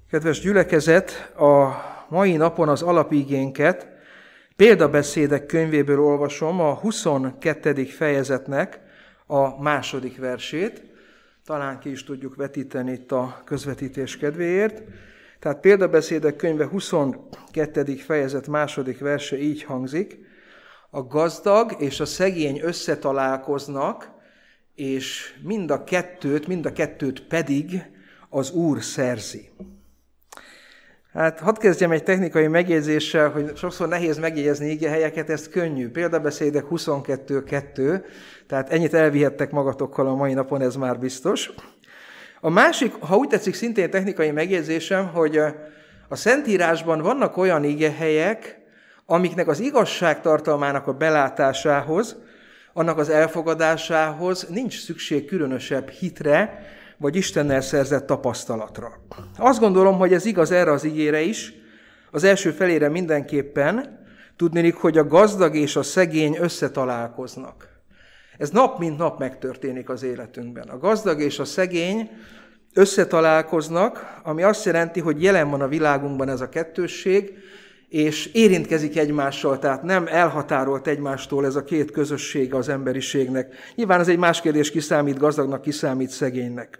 Kedves gyülekezet, a mai napon az alapigénket Példabeszédek könyvéből olvasom, a 22. fejezetnek a második versét. Talán ki is tudjuk vetíteni itt a közvetítés kedvéért. Tehát Példabeszédek könyve 22. fejezet második verse így hangzik: a gazdag és a szegény összetalálkoznak, és mind a kettőt pedig az Úr szerzi. Hát hadd kezdjem egy technikai megjegyzéssel, hogy sokszor nehéz megjegyezni igehelyeket, ez könnyű. Példabeszédek 22.2, tehát ennyit elvihettek magatokkal a mai napon, ez már biztos. A másik, ha úgy tetszik, szintén technikai megjegyzésem, hogy a Szentírásban vannak olyan igehelyek, amiknek az igazság tartalmának a belátásához, annak az elfogadásához nincs szükség különösebb hitre, vagy Istennel szerzett tapasztalatra. Azt gondolom, hogy ez igaz erre az igére is, az első felére mindenképpen, tudniillik, hogy a gazdag és a szegény összetalálkoznak. Ez nap mint nap megtörténik az életünkben. A gazdag és a szegény összetalálkoznak, ami azt jelenti, hogy jelen van a világunkban ez a kettősség, és érintkezik egymással, tehát nem elhatárolt egymástól ez a két közössége az emberiségnek. Nyilván ez egy más kérdés, ki számít gazdagnak, ki számít szegénynek.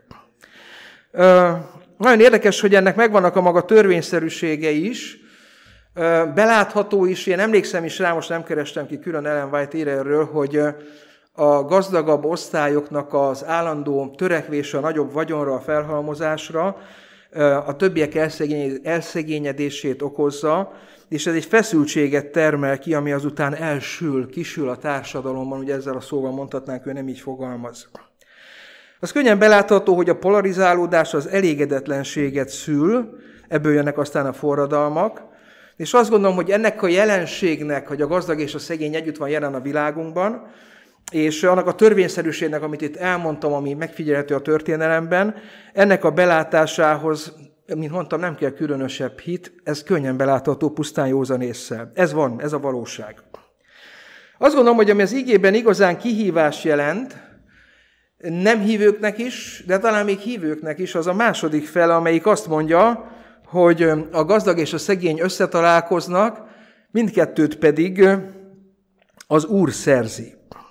Nagyon érdekes, hogy ennek megvannak a maga törvényszerűségei is, belátható is, én emlékszem is rá, most nem kerestem ki, külön Ellen White ír erről, hogy a gazdagabb osztályoknak az állandó törekvése a nagyobb vagyonra, a felhalmozásra, a többiek elszegényedését okozza, és ez egy feszültséget termel ki, ami azután kisül a társadalomban, ugye ezzel a szóval mondhatnánk, ő nem így fogalmaz. Az könnyen belátható, hogy a polarizálódás az elégedetlenséget szül, ebből jönnek aztán a forradalmak, és azt gondolom, hogy ennek a jelenségnek, hogy a gazdag és a szegény együtt van jelen a világunkban, és annak a törvényszerűségnek, amit itt elmondtam, ami megfigyelhető a történelemben, ennek a belátásához, mint mondtam, nem kell különösebb hit, ez könnyen belátható pusztán józan ésszel. Ez van, ez a valóság. Azt gondolom, hogy ami az igében igazán kihívás jelent, nem hívőknek is, de talán még hívőknek is, az a második fele, amelyik azt mondja, hogy a gazdag és a szegény összetalálkoznak, mindkettőt pedig az Úr szerzi.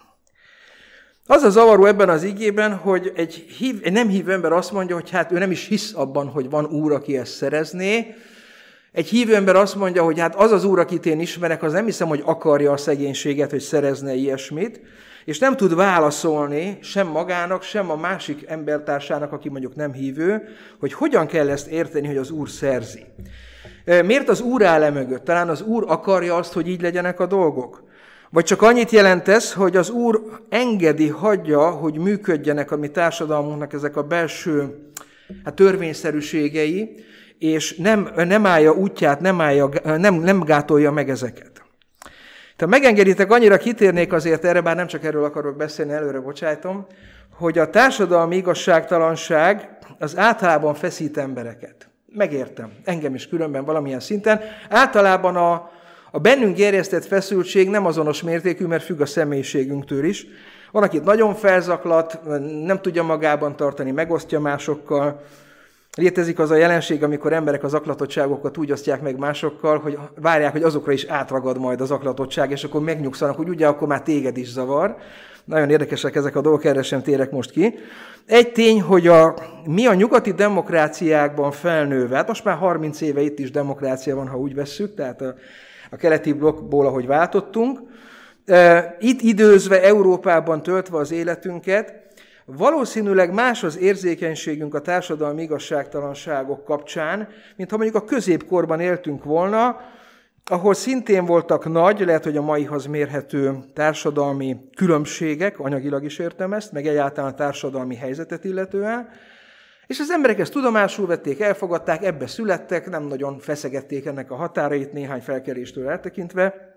Az a zavaró ebben az igében, hogy egy nem hívő ember azt mondja, hogy hát ő nem is hisz abban, hogy van Úr, aki ezt szerezné. Egy hívő ember azt mondja, hogy hát az az Úr, akit én ismerek, az nem hiszem, hogy akarja a szegénységet, hogy szerezne ilyesmit, és nem tud válaszolni sem magának, sem a másik embertársának, aki mondjuk nem hívő, hogy hogyan kell ezt érteni, hogy az Úr szerzi. Miért az Úr áll mögött? Talán az Úr akarja azt, hogy így legyenek a dolgok? Vagy csak annyit jelent ez, hogy az Úr engedi, hagyja, hogy működjenek a mi társadalmunknak ezek a belső törvényszerűségei, és nem állja útját, nem gátolja meg ezeket. Tehát megengeditek, annyira kitérnék azért erre, bár nem csak erről akarok beszélni, előre bocsájtom, hogy a társadalmi igazságtalanság az általában feszít embereket. Megértem, engem is különben valamilyen szinten. Általában a bennünk gerjesztett feszültség nem azonos mértékű, mert függ a személyiségünktől is. Van, akit nagyon felzaklat, nem tudja magában tartani, megosztja másokkal. Létezik az a jelenség, amikor emberek az zaklatottságokat úgy osztják meg másokkal, hogy várják, hogy azokra is átragad majd az zaklatottság, és akkor megnyugszanak, hogy ugye akkor már téged is zavar. Nagyon érdekesek ezek a dolgok, erre sem térek most ki. Egy tény, hogy mi a nyugati demokráciákban felnőve, hát most már 30 éve itt is demokrácia van, ha úgy vesszük, tehát a keleti blokkból, ahogy váltottunk, itt időzve, Európában töltve az életünket, valószínűleg más az érzékenységünk a társadalmi igazságtalanságok kapcsán, mint ha mondjuk a középkorban éltünk volna, ahol szintén voltak nagy, lehet, hogy a maihoz mérhető társadalmi különbségek, anyagilag is értem ezt, meg egyáltalán a társadalmi helyzetet illetően, és az emberek ezt tudomásul vették, elfogadták, ebbe születtek, nem nagyon feszegették ennek a határait, néhány felkeréstől eltekintve.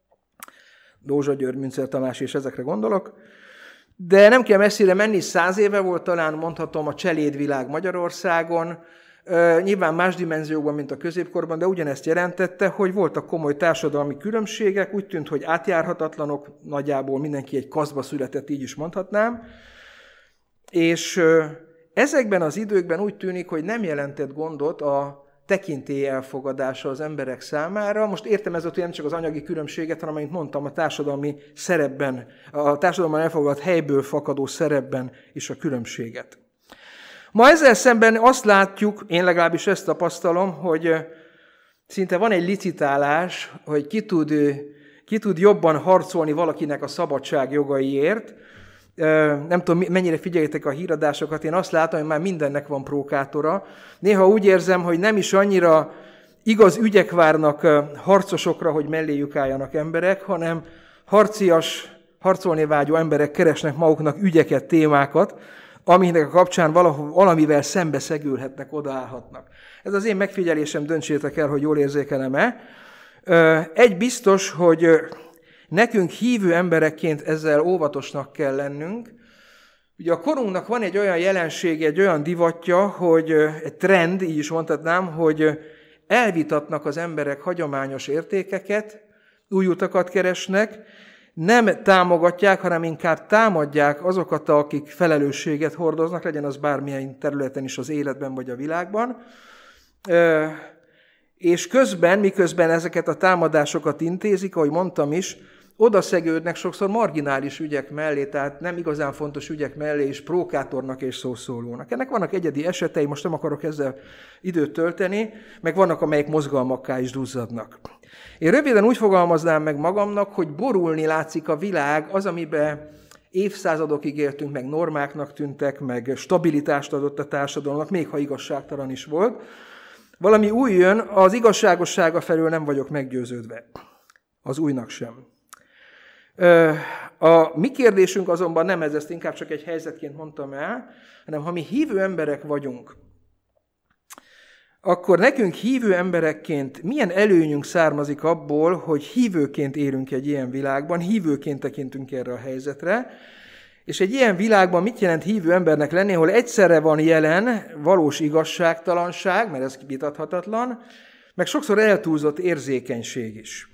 Dózsa György, Münzer Tamás és ezekre gondolok. De nem kell messzire menni, 100 éve volt talán, mondhatom, a cselédvilág Magyarországon. Nyilván más dimenziókban, mint a középkorban, de ugyanezt jelentette, hogy voltak komoly társadalmi különbségek, úgy tűnt, hogy átjárhatatlanok, nagyjából mindenki egy kasztba született, így is mondhatnám. És ezekben az időkben úgy tűnik, hogy nem jelentett gondot a tekintély elfogadása az emberek számára. Most értem ez nem csak az anyagi különbséget, hanem, amit mondtam, a társadalmi szerepben, a társadalomban elfogadt helyből fakadó szerepben is a különbséget. Ma ezzel szemben azt látjuk, én legalábbis ezt tapasztalom, hogy szinte van egy licitálás, hogy ki tud jobban harcolni valakinek a szabadság jogaiért. Nem tudom, mennyire figyeljétek a híradásokat, én azt látom, hogy már mindennek van prókátora. Néha úgy érzem, hogy nem is annyira igaz ügyek várnak harcosokra, hogy melléjük álljanak emberek, hanem harcolni vágyó emberek keresnek maguknak ügyeket, témákat, aminek a kapcsán valamivel szembeszegülhetnek, odaállhatnak. Ez az én megfigyelésem, döntsétek el, hogy jól érzékelem-e. Egy biztos, hogy nekünk hívő emberekként ezzel óvatosnak kell lennünk. Ugye a korunknak van egy olyan jelensége, egy olyan divatja, hogy egy trend, így is mondhatnám, hogy elvitatnak az emberek hagyományos értékeket, új utakat keresnek, nem támogatják, hanem inkább támadják azokat, akik felelősséget hordoznak, legyen az bármilyen területen is az életben vagy a világban. És miközben ezeket a támadásokat intézik, ahogy mondtam is, odaszegődnek sokszor marginális ügyek mellé, tehát nem igazán fontos ügyek mellé is prókátornak és szószólónak. Ennek vannak egyedi esetei, most nem akarok ezzel időt tölteni, meg vannak, amelyek mozgalmakká is duzzadnak. Én röviden úgy fogalmaznám meg magamnak, hogy borulni látszik a világ, az, amiben évszázadokig éltünk, meg normáknak tűntek, meg stabilitást adott a társadalomnak, még ha igazságtalan is volt. Valami új jön, az igazságossága felől nem vagyok meggyőződve. Az újnak sem. A mi kérdésünk azonban nem ez, ezt inkább csak egy helyzetként mondtam el, hanem ha mi hívő emberek vagyunk, akkor nekünk hívő emberekként milyen előnyünk származik abból, hogy hívőként élünk egy ilyen világban, hívőként tekintünk erre a helyzetre, és egy ilyen világban mit jelent hívő embernek lenni, ahol egyszerre van jelen valós igazságtalanság, mert ez vitathatatlan, meg sokszor eltúlzott érzékenység is.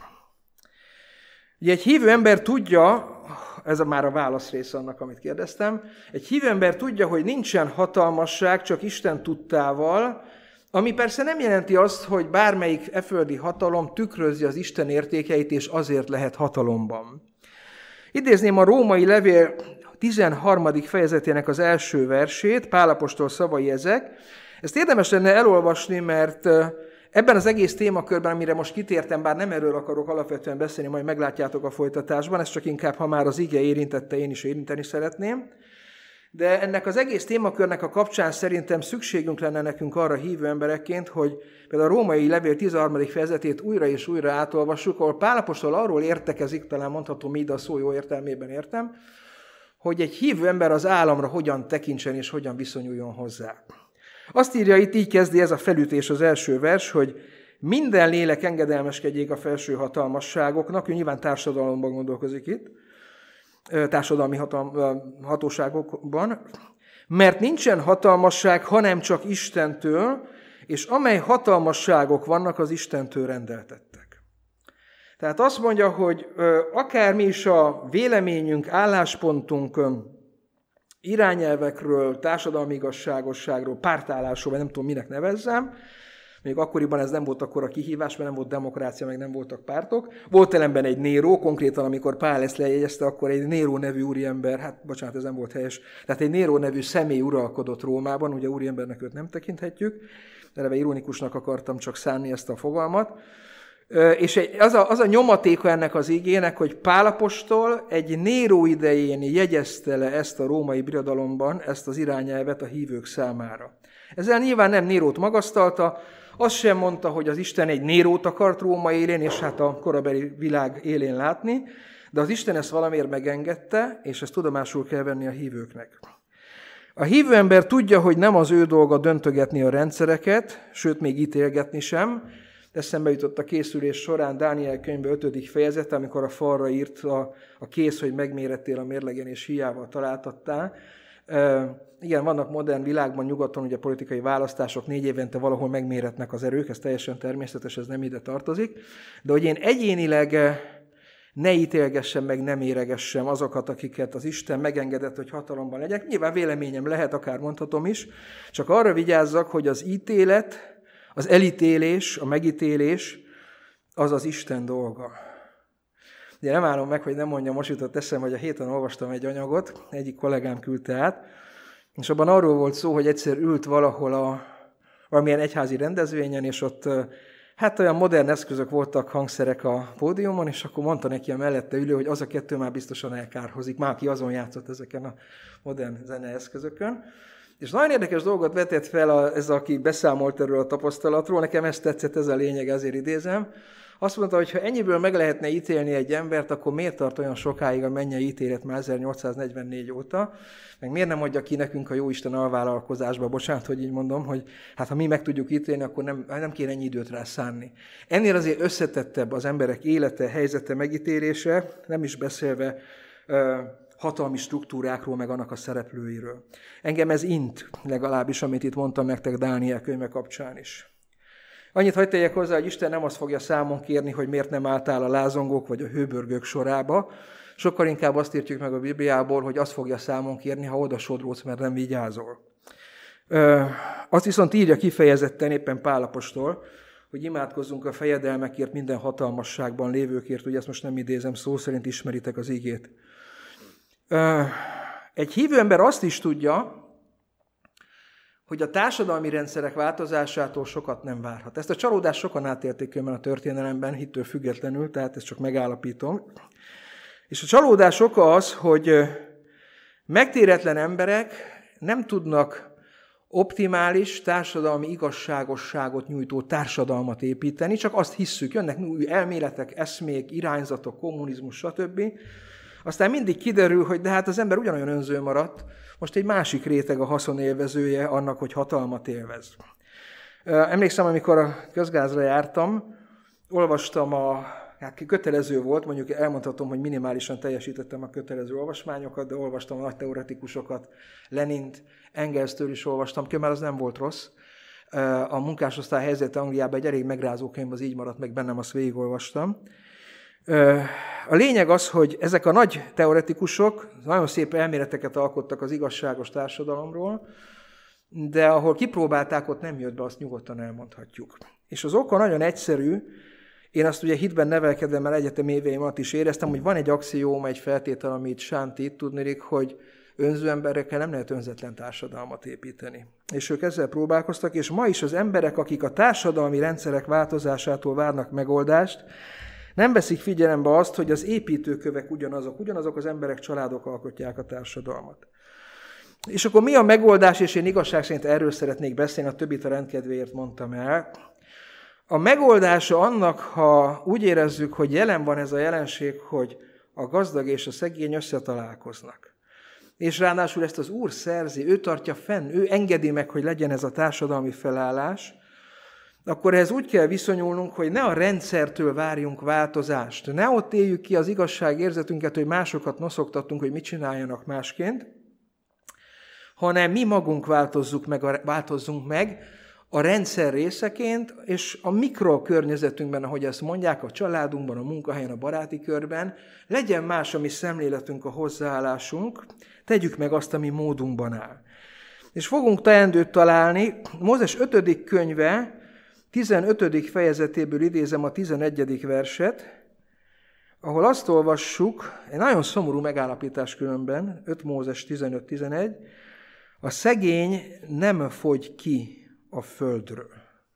Ugye egy hívő ember tudja, ez már a válasz része annak, amit kérdeztem, egy hívő ember tudja, hogy nincsen hatalmasság, csak Isten tudtával, ami persze nem jelenti azt, hogy bármelyik földi hatalom tükrözi az Isten értékeit, és azért lehet hatalomban. Idézném a római levél 13. fejezetének az első versét, Pál apostol szavai ezek. Ezt érdemes lenne elolvasni, mert ebben az egész témakörben, amire most kitértem, bár nem erről akarok alapvetően beszélni, majd meglátjátok a folytatásban, ez csak inkább, ha már az ige érintette, én is érinteni szeretném. De ennek az egész témakörnek a kapcsán szerintem szükségünk lenne nekünk arra hívő emberekként, hogy például a római levél 13. fejezetét újra és újra átolvassuk, ahol Pál apostol arról értekezik, talán mondhatom így, de a szó jó értelmében értem, hogy egy hívő ember az államra hogyan tekintsen és hogyan viszonyuljon hozzá. Azt írja itt, így kezdi ez a felütés az első vers, hogy minden lélek engedelmeskedjék a felső hatalmasságoknak, ő nyilván társadalomban gondolkozik itt, társadalmi hatóságokban, mert nincsen hatalmasság, hanem csak Istentől, és amely hatalmasságok vannak, az Istentől rendeltettek. Tehát azt mondja, hogy akármi is a véleményünk, álláspontunk irányelvekről, társadalmi igazságosságról, pártállásról, vagy nem tudom, minek nevezzem, még akkoriban ez nem volt akkora kihívás, mert nem volt demokrácia, meg nem voltak pártok. Volt ellenben egy Néró, konkrétan amikor Pál ezt lejegyezte, akkor egy Néró nevű úriember, hát bocsánat, ez nem volt helyes, tehát egy Néró nevű személy uralkodott Rómában, ugye úriembernek őt nem tekinthetjük, eleve ironikusnak akartam csak szánni ezt a fogalmat. És az a nyomatéka ennek az igének, hogy Pál apostol egy Néró idején jegyezte le ezt a római birodalomban, ezt az irányelvet a hívők számára. Ezzel nyilván nem Nérót magasztalta, azt sem mondta, hogy az Isten egy Nérót akart Róma élén, és hát a korabeli világ élén látni, de az Isten ezt valamiért megengedte, és ezt tudomásul kell venni a hívőknek. A hívő ember tudja, hogy nem az ő dolga döntögetni a rendszereket, sőt, még ítélgetni sem. Eszembe jutott a készülés során Dániel könyve 5. fejezete, amikor a falra írt a kész, hogy megmérettél a mérlegen, és hiába találtattál. Igen, vannak modern világban, nyugaton ugye politikai választások, 4 évente valahol megméretnek az erők, ez teljesen természetes, ez nem ide tartozik. De hogy én egyénileg ne ítélgessem meg, nem éregessem azokat, akiket az Isten megengedett, hogy hatalomban legyek. Nyilván véleményem lehet, akár mondhatom is, csak arra vigyázzak, hogy az ítélet Az elítélés, a megítélés, az az Isten dolga. Ugye nem állom meg, hogy nem mondjam, most jutott eszembe, hogy a héten olvastam egy anyagot, egyik kollégám küldte át, és abban arról volt szó, hogy egyszer ült valahol valamilyen egyházi rendezvényen, és ott hát olyan modern eszközök voltak, hangszerek a pódiumon, és akkor mondta neki a mellette ülő, hogy az a kettő már biztosan elkárhozik, már aki azon játszott ezeken a modern zeneeszközökön. És nagyon érdekes dolgot vetett fel ez, aki beszámolt erről a tapasztalatról, nekem ezt tetszett, ez a lényeg, ezért idézem. Azt mondta, hogy ha ennyiből meg lehetne ítélni egy embert, akkor miért tart olyan sokáig a mennyei ítélet már 1844 óta, meg miért nem adja ki nekünk a Jóisten alvállalkozásba, bocsánat, hogy így mondom, hogy hát ha mi meg tudjuk ítélni, akkor nem kéne ennyi időt rá szánni. Ennél azért összetettebb az emberek élete, helyzete, megítélése, nem is beszélve hatalmi struktúrákról, meg annak a szereplőiről. Engem ez int, legalábbis, amit itt mondtam nektek Dániel könyve kapcsán is. Annyit hadd tegyek hozzá, hogy Isten nem azt fogja számon kérni, hogy miért nem álltál a lázongók vagy a hőbörgők sorába. Sokkal inkább azt értjük meg a Bibliából, hogy azt fogja számon kérni, ha odasodródsz, mert nem vigyázol. Azt viszont írja kifejezetten éppen Pál apostol, hogy imádkozzunk a fejedelmekért, minden hatalmasságban lévőkért, ugye ezt most nem idézem, szó szerint ismeritek az igét. Egy hívő ember azt is tudja, hogy a társadalmi rendszerek változásától sokat nem várhat. Ezt a csalódást sokan átélték különben a történelemben, hittől függetlenül, tehát ezt csak megállapítom. És a csalódás oka az, hogy megtéretlen emberek nem tudnak optimális társadalmi igazságosságot nyújtó társadalmat építeni, csak azt hisszük, jönnek új elméletek, eszmék, irányzatok, kommunizmus, stb. Aztán mindig kiderül, hogy de hát az ember ugyanolyan önző maradt, most egy másik réteg a haszonélvezője annak, hogy hatalmat élvez. Emlékszem, amikor a közgázra jártam, olvastam kötelező volt, mondjuk elmondhatom, hogy minimálisan teljesítettem a kötelező olvasmányokat, de olvastam a nagy teoretikusokat, Lenint, Engelstől is olvastam, mert az nem volt rossz. A munkásosztály helyzete Angliában egy elég megrázó könyv, az így maradt meg bennem, azt végigolvastam. A lényeg az, hogy ezek a nagy teoretikusok nagyon szép elméleteket alkottak az igazságos társadalomról, de ahol kipróbálták, ott nem jött be, azt nyugodtan elmondhatjuk. És az oka nagyon egyszerű, én azt ugye hitben nevelkedve, mert egyetem éveim alatt is éreztem, hogy van egy axióma, egy feltétel, amit sántít, tudnék, hogy önző emberekkel nem lehet önzetlen társadalmat építeni. És ők ezzel próbálkoztak, és ma is az emberek, akik a társadalmi rendszerek változásától várnak megoldást, nem veszik figyelembe azt, hogy az építőkövek ugyanazok az emberek, családok alkotják a társadalmat. És akkor mi a megoldás, és én igazság szerint erről szeretnék beszélni, a többit a rendkedvéért mondtam el. A megoldása annak, ha úgy érezzük, hogy jelen van ez a jelenség, hogy a gazdag és a szegény összetalálkoznak. És ráadásul ezt az Úr szerzi, ő tartja fenn, ő engedi meg, hogy legyen ez a társadalmi felállás, akkor ehhez úgy kell viszonyulnunk, hogy ne a rendszertől várjunk változást. Ne ott éljük ki az igazságérzetünket, hogy másokat noszogtatunk, hogy mit csináljanak másként, hanem mi magunk változzunk meg a rendszer részeként, és a mikrokörnyezetünkben, ahogy ezt mondják, a családunkban, a munkahelyen, a baráti körben, legyen más a mi szemléletünk, a hozzáállásunk, tegyük meg azt, ami módunkban áll. És fogunk teendőt találni, Mózes 5. könyve, 15. fejezetéből idézem a 11. verset, ahol azt olvassuk, egy nagyon szomorú megállapítás különben, 5 Mózes 15-11, a szegény nem fogy ki a földről.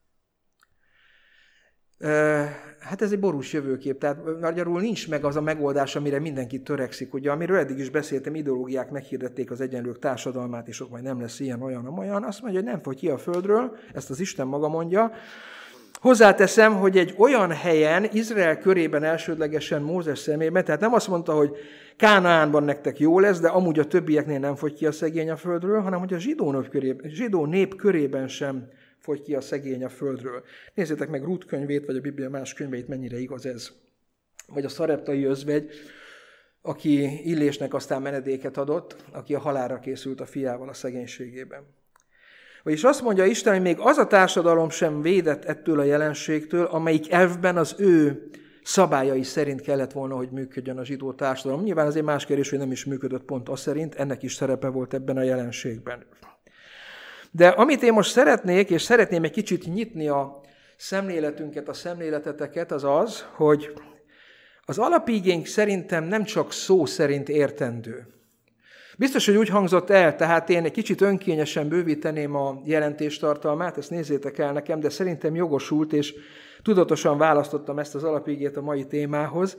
Hát ez egy borús jövőkép, tehát magyarul nincs meg az a megoldás, amire mindenki törekszik. Ugye, amiről eddig is beszéltem, ideológiák meghirdették az egyenlők társadalmát, és ott majd nem lesz ilyen, olyan, azt mondja, hogy nem fogy ki a földről, ezt az Isten maga mondja. Hozzáteszem, hogy egy olyan helyen, Izrael körében elsődlegesen Mózes szemében, tehát nem azt mondta, hogy Kánaánban nektek jó lesz, de amúgy a többieknél nem fogy ki a szegény a földről, hanem hogy a zsidó nép körében sem fogy ki a szegény a földről. Nézzétek meg Rút könyvét, vagy a Biblia más könyveit, mennyire igaz ez. Vagy a szareptai özvegy, aki Illésnek aztán menedéket adott, aki a halálra készült a fiával a szegénységében. Vagyis azt mondja Isten, hogy még az a társadalom sem védett ettől a jelenségtől, amelyik elvben az ő szabályai szerint kellett volna, hogy működjön a zsidó társadalom. Nyilván azért más kérdés, hogy nem is működött pont az szerint, ennek is szerepe volt ebben a jelenségben. De amit én most szeretnék, és szeretném egy kicsit nyitni a szemléletünket, a szemléleteteket, az az, hogy az alapigénk szerintem nem csak szó szerint értendő. Biztos, hogy úgy hangzott el, tehát én egy kicsit önkényesen bővíteném a jelentéstartalmát, ezt nézzétek el nekem, de szerintem jogosult, és tudatosan választottam ezt az alapigét a mai témához.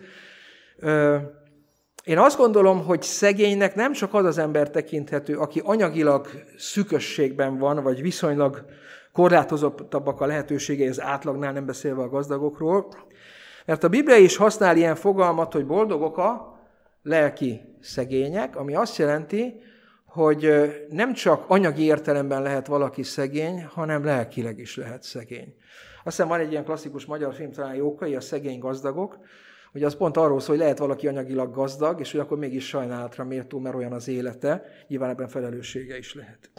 Én azt gondolom, hogy szegénynek nem csak az az ember tekinthető, aki anyagilag szűkösségben van, vagy viszonylag korlátozottabbak a lehetőségei az átlagnál, nem beszélve a gazdagokról, mert a Biblia is használ ilyen fogalmat, hogy boldogok a lelki szegények, ami azt jelenti, hogy nem csak anyagi értelemben lehet valaki szegény, hanem lelkileg is lehet szegény. Azt hiszem van egy ilyen klasszikus magyar film, talán Jókai, a Szegény gazdagok, hogy az pont arról szól, hogy lehet valaki anyagilag gazdag, és hogy akkor mégis sajnálatra méltó, mert olyan az élete, nyilván ebben felelőssége is lehet.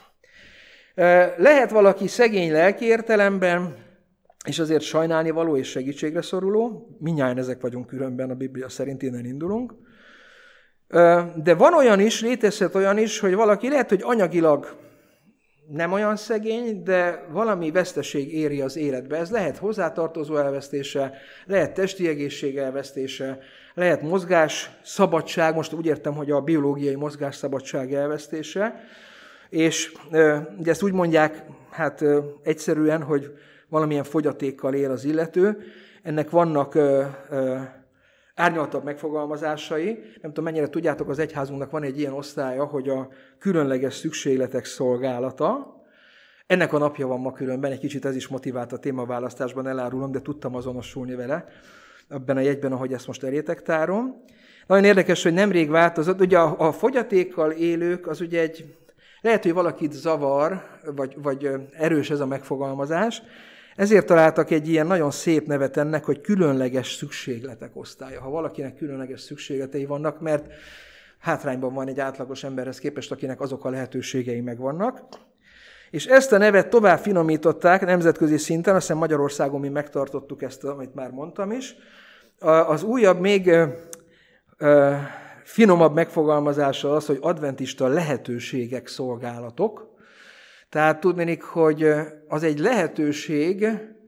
Lehet valaki szegény lelki értelemben, és azért sajnálni való és segítségre szoruló, mindnyájan ezek vagyunk különben, a Biblia szerint innen indulunk. De van olyan is, létezhet olyan is, hogy valaki lehet, hogy anyagilag nem olyan szegény, de valami veszteség éri az életbe. Ez lehet hozzátartozó elvesztése, lehet testi egészség elvesztése, lehet mozgásszabadság, most úgy értem, hogy a biológiai mozgásszabadság elvesztése, és ugye ezt úgy mondják, hát egyszerűen, hogy valamilyen fogyatékkal él az illető. Ennek vannak árnyaltabb megfogalmazásai. Nem tudom, mennyire tudjátok, az egyházunknak van egy ilyen osztálya, hogy a különleges szükségletek szolgálata. Ennek a napja van ma különben, egy kicsit ez is motivált a témaválasztásban, elárulom, de tudtam azonosulni vele abban a jegyben, ahogy ezt most elétek tárom. Nagyon érdekes, hogy nemrég változott. Ugye a fogyatékkal élők, az ugye lehet, hogy valakit zavar, vagy erős ez a megfogalmazás, ezért találtak egy ilyen nagyon szép nevet ennek, hogy különleges szükségletek osztálya. Ha valakinek különleges szükségletei vannak, mert hátrányban van egy átlagos emberhez képest, akinek azok a lehetőségei megvannak. És ezt a nevet tovább finomították nemzetközi szinten, azt hiszem Magyarországon mi megtartottuk ezt, amit már mondtam is. Az újabb, még finomabb megfogalmazása az, hogy adventista lehetőségek, szolgálatok. Tehát tudnék, hogy az egy lehetőség,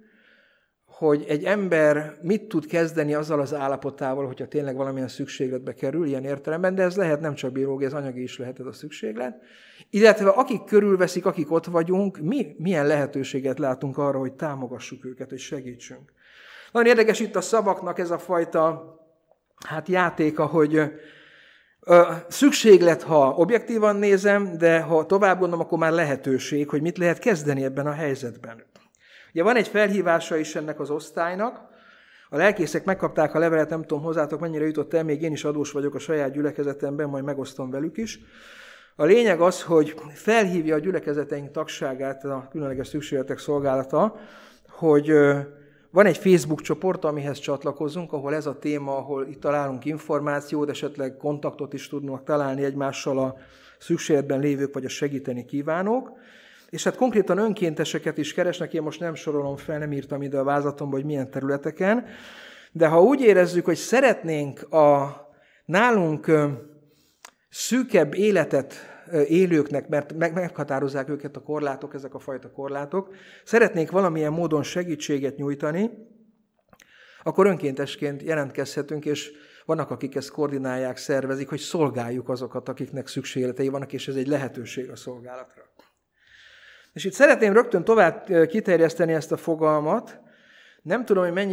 hogy egy ember mit tud kezdeni azzal az állapotával, hogyha tényleg valamilyen szükségletbe kerül, ilyen értelemben, de ez lehet nem csak biológiai, ez anyagi is lehet ez a szükséglet. Illetve akik körülveszik, akik ott vagyunk, mi milyen lehetőséget látunk arra, hogy támogassuk őket, hogy segítsünk. Nagyon érdekes itt a szavaknak ez a fajta játéka, hogy szükséglet, ha objektívan nézem, de ha tovább gondolom, akkor már lehetőség, hogy mit lehet kezdeni ebben a helyzetben. Ugye van egy felhívása is ennek az osztálynak, a lelkészek megkapták a levelet, nem tudom hozzátok mennyire jutott el, még én is adós vagyok a saját gyülekezetemben, majd megosztom velük is. A lényeg az, hogy felhívja a gyülekezeteink tagságát, a különleges szükségletek szolgálata, hogy van egy Facebook csoport, amihez csatlakozunk, ahol ez a téma, ahol itt találunk információt, esetleg kontaktot is tudnak találni egymással a szükségletben lévők, vagy a segíteni kívánók. És hát konkrétan önkénteseket is keresnek, én most nem sorolom fel, nem írtam ide a vázlatomba, hogy milyen területeken, de ha úgy érezzük, hogy szeretnénk a nálunk szűkebb életet élőknek, mert meghatározzák őket a korlátok, ezek a fajta korlátok, szeretnénk valamilyen módon segítséget nyújtani, akkor önkéntesként jelentkezhetünk, és vannak, akik ezt koordinálják, szervezik, hogy szolgáljuk azokat, akiknek szükségletei vannak, és ez egy lehetőség a szolgálatra. És itt szeretném rögtön tovább kiterjeszteni ezt a fogalmat. Nem tudom, hogy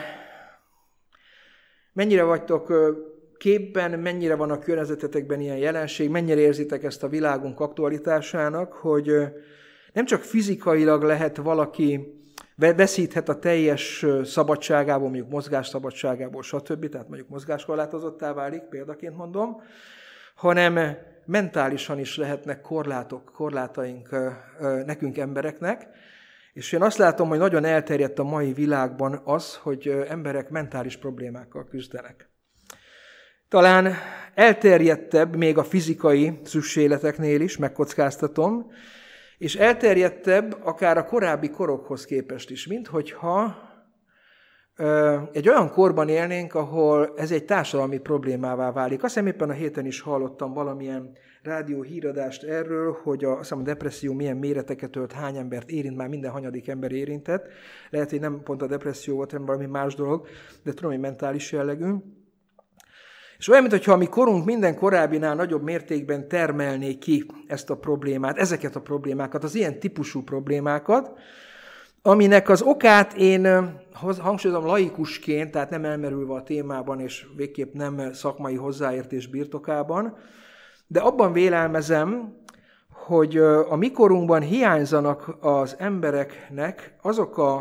mennyire vagytok képben, mennyire van a környezetetekben ilyen jelenség, mennyire érzitek ezt a világunk aktualitásának, hogy nem csak fizikailag lehet valaki, veszíthet a teljes szabadságából, mondjuk mozgásszabadságából, stb., tehát mondjuk mozgáskorlátozottá válik, példaként mondom, hanem mentálisan is lehetnek korlátaink nekünk embereknek, és én azt látom, hogy nagyon elterjedt a mai világban az, hogy emberek mentális problémákkal küzdenek. Talán elterjedtebb még a fizikai szükségleteknél is, megkockáztatom, és elterjedtebb akár a korábbi korokhoz képest is, minthogyha egy olyan korban élnénk, ahol ez egy társadalmi problémává válik. Azt hiszem éppen a héten is hallottam valamilyen rádió híradást erről, hogy a depresszió milyen méreteket ölt, hány embert érint, már minden hanyadik ember érintett. Lehet, hogy nem pont a depresszió volt, hanem valami más dolog, de tudom, hogy mentális jellegű. És olyan, mintha a mi korunk minden korábbinál nagyobb mértékben termelné ki ezt a problémát, ezeket a problémákat, az ilyen típusú problémákat, aminek az okát én hangsúlyozom laikusként, tehát nem elmerülve a témában, és végképp nem szakmai hozzáértés birtokában, de abban vélelmezem, hogy a mi korunkban hiányzanak az embereknek az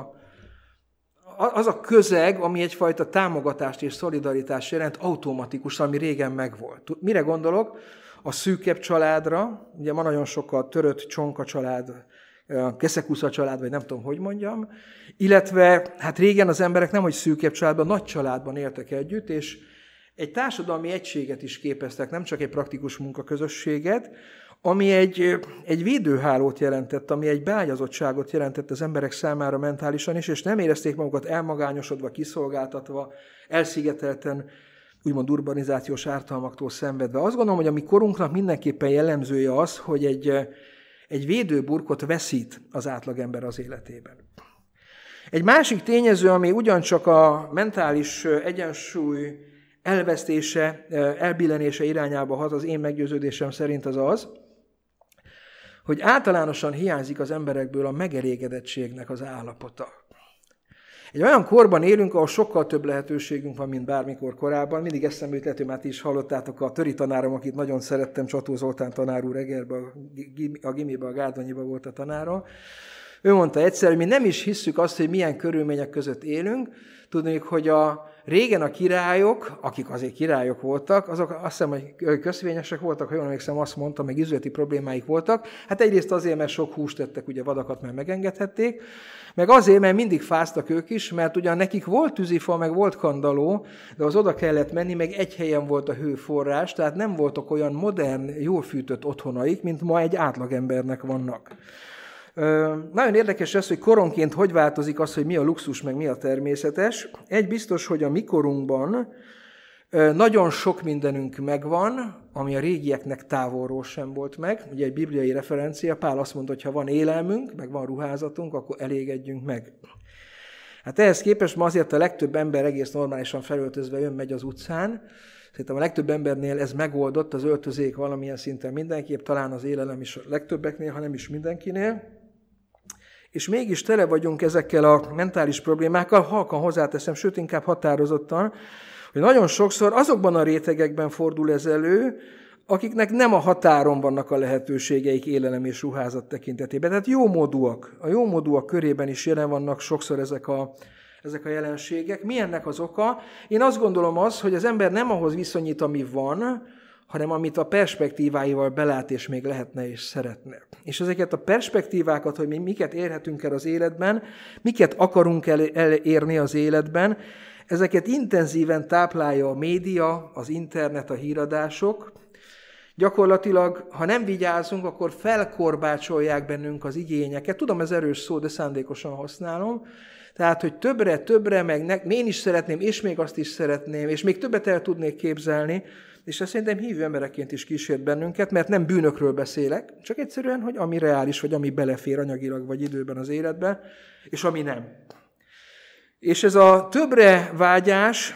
a közeg, ami egyfajta támogatást és szolidaritást jelent automatikusan, ami régen megvolt. Mire gondolok? A szűkebb családra, ugye ma nagyon sok a törött csonka család, keszekusza család, vagy nem tudom, hogy mondjam, illetve hát régen az emberek nem, hogy szűkebb családban, nagy családban éltek együtt, és egy társadalmi egységet is képeztek, nem csak egy praktikus munkaközösséget, ami egy védőhálót jelentett, ami egy beágyazottságot jelentett az emberek számára mentálisan is, és nem érezték magukat elmagányosodva, kiszolgáltatva, elszigetelten, úgymond urbanizációs ártalmaktól szenvedve. Azt gondolom, hogy a mi korunknak mindenképpen jellemzője az, hogy egy védőburkot veszít az átlagember az életében. Egy másik tényező, ami ugyancsak a mentális egyensúly elvesztése, elbillenése irányába hat, az én meggyőződésem szerint az, hogy általánosan hiányzik az emberekből a megelégedettségnek az állapota. Egy olyan korban élünk, ahol sokkal több lehetőségünk van, mint bármikor korábban. Mindig eszembe jut, lehet, hogy már ti is hallottátok, a töri tanárom, akit nagyon szerettem, Csató Zoltán tanár úr, Egerben, a gimiben, a Gárdonyiban volt a tanárom. Ő mondta egyszer, hogy mi nem is hisszük azt, hogy milyen körülmények között élünk. Tudnék, hogy régen a királyok, akik azért királyok voltak, azok azt hiszem, hogy köszvényesek voltak, ha jól emlékszem, azt mondta, meg üzleti problémáik voltak. Hát egyrészt azért, mert sok húst tettek, ugye vadakat már megengedhették, meg azért, mert mindig fáztak ők is, mert ugyan nekik volt tűzifa, meg volt kandalló, de az oda kellett menni, meg egy helyen volt a hőforrás, tehát nem voltak olyan modern, jól fűtött otthonaik, mint ma egy átlagembernek vannak. Nagyon érdekes ez, hogy koronként hogy változik az, hogy mi a luxus, meg mi a természetes. Egy biztos, hogy a mi korunkban nagyon sok mindenünk megvan, ami a régieknek távolról sem volt meg. Ugye egy bibliai referencia, Pál azt mondta, hogy ha van élelmünk, meg van ruházatunk, akkor elégedjünk meg. Hát ehhez képest ma azért a legtöbb ember egész normálisan felöltözve jön-megy az utcán. Szerintem a legtöbb embernél ez megoldott, az öltözék valamilyen szinten mindenképp, talán az élelem is a legtöbbeknél, ha nem is mindenkinél. És mégis tele vagyunk ezekkel a mentális problémákkal, halkan hozzáteszem, sőt inkább határozottan, hogy nagyon sokszor azokban a rétegekben fordul ez elő, akiknek nem a határon vannak a lehetőségeik élelem és ruházat tekintetében. Tehát jómódúak. A jómódúak körében is jelen vannak sokszor ezek a jelenségek. Mi ennek az oka? Én azt gondolom hogy az ember nem ahhoz viszonyít, ami van, hanem amit a perspektíváival belát, és még lehetne és szeretne. És ezeket a perspektívákat, hogy mi miket érhetünk el az életben, miket akarunk elérni az életben, ezeket intenzíven táplálja a média, az internet, a híradások. Gyakorlatilag, ha nem vigyázunk, akkor felkorbácsolják bennünk az igényeket. Tudom, ez erős szó, de szándékosan használom. Tehát, hogy többre, meg én is szeretném, és még azt is szeretném, és még többet el tudnék képzelni, és ezt szerintem hívő emberekként is kísért bennünket, mert nem bűnökről beszélek, csak egyszerűen, hogy ami reális, vagy ami belefér anyagilag, vagy időben az életbe, és ami nem. És ez a többre vágyás,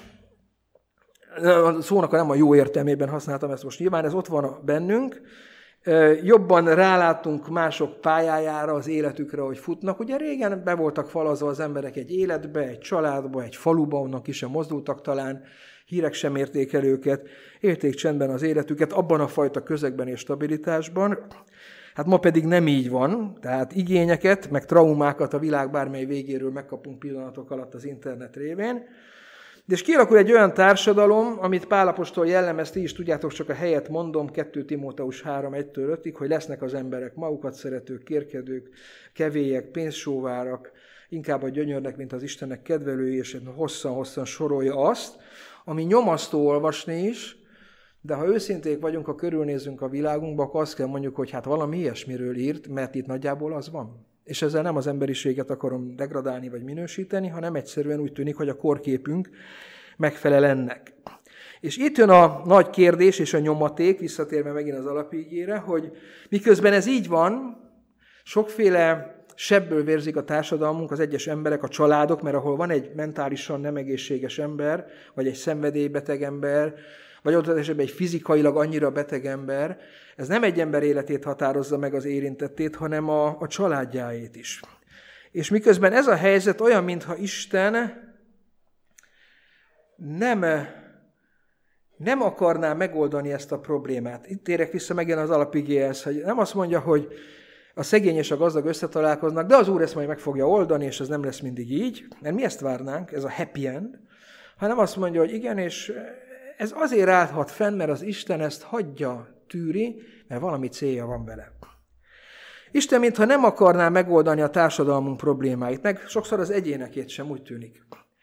a szónak nem a jó értelmében használtam ezt most nyilván, ez ott van bennünk, jobban rálátunk mások pályájára, az életükre, hogy futnak. Ugye régen be voltak falazva az emberek egy életbe, egy családba, egy faluba, onnan ki sem mozdultak talán, hírek sem érték el őket, élték csendben az életüket, abban a fajta közegben és stabilitásban. Hát ma pedig nem így van, tehát igényeket, meg traumákat a világ bármely végéről megkapunk pillanatok alatt az internet révén. És kialakul egy olyan társadalom, amit Pál apostol jellemez, ti is tudjátok, csak a helyet mondom, 2 Timóteus 3:1-5-ig, hogy lesznek az emberek magukat szeretők, kérkedők, kevélyek, pénzsóvárak, inkább a gyönyörnek, mint az Istennek kedvelői, és hosszan-hosszan sorolja azt, ami nyomasztó olvasni is, de ha őszinték vagyunk, ha körülnézünk a világunkba, akkor azt kell mondjuk, hogy hát valami ilyesmiről írt, mert itt nagyjából az van. És ezzel nem az emberiséget akarom degradálni vagy minősíteni, hanem egyszerűen úgy tűnik, hogy a korképünk megfelel ennek. És itt jön a nagy kérdés és a nyomaték, visszatérve megint az alapigére, hogy miközben ez így van, sokféle sebből vérzik a társadalmunk, az egyes emberek, a családok, mert ahol van egy mentálisan nem egészséges ember, vagy egy szenvedélybeteg ember, vagy ott esetben egy fizikailag annyira beteg ember, ez nem egy ember életét határozza meg az érintettét, hanem a családjáét is. És miközben ez a helyzet olyan, mintha Isten nem akarná megoldani ezt a problémát. Itt térek vissza megint az alapigéhez, hogy nem azt mondja, hogy a szegény és a gazdag összetalálkoznak, de az Úr ezt majd meg fogja oldani, és ez nem lesz mindig így, mert mi ezt várnánk, ez a happy end, hanem azt mondja, hogy igen, és ez azért állhat fenn, mert az Isten ezt hagyja, tűri, mert valami célja van vele. Isten, mintha nem akarná megoldani a társadalmunk problémáit, meg sokszor az egyénekét sem, úgy tűnik.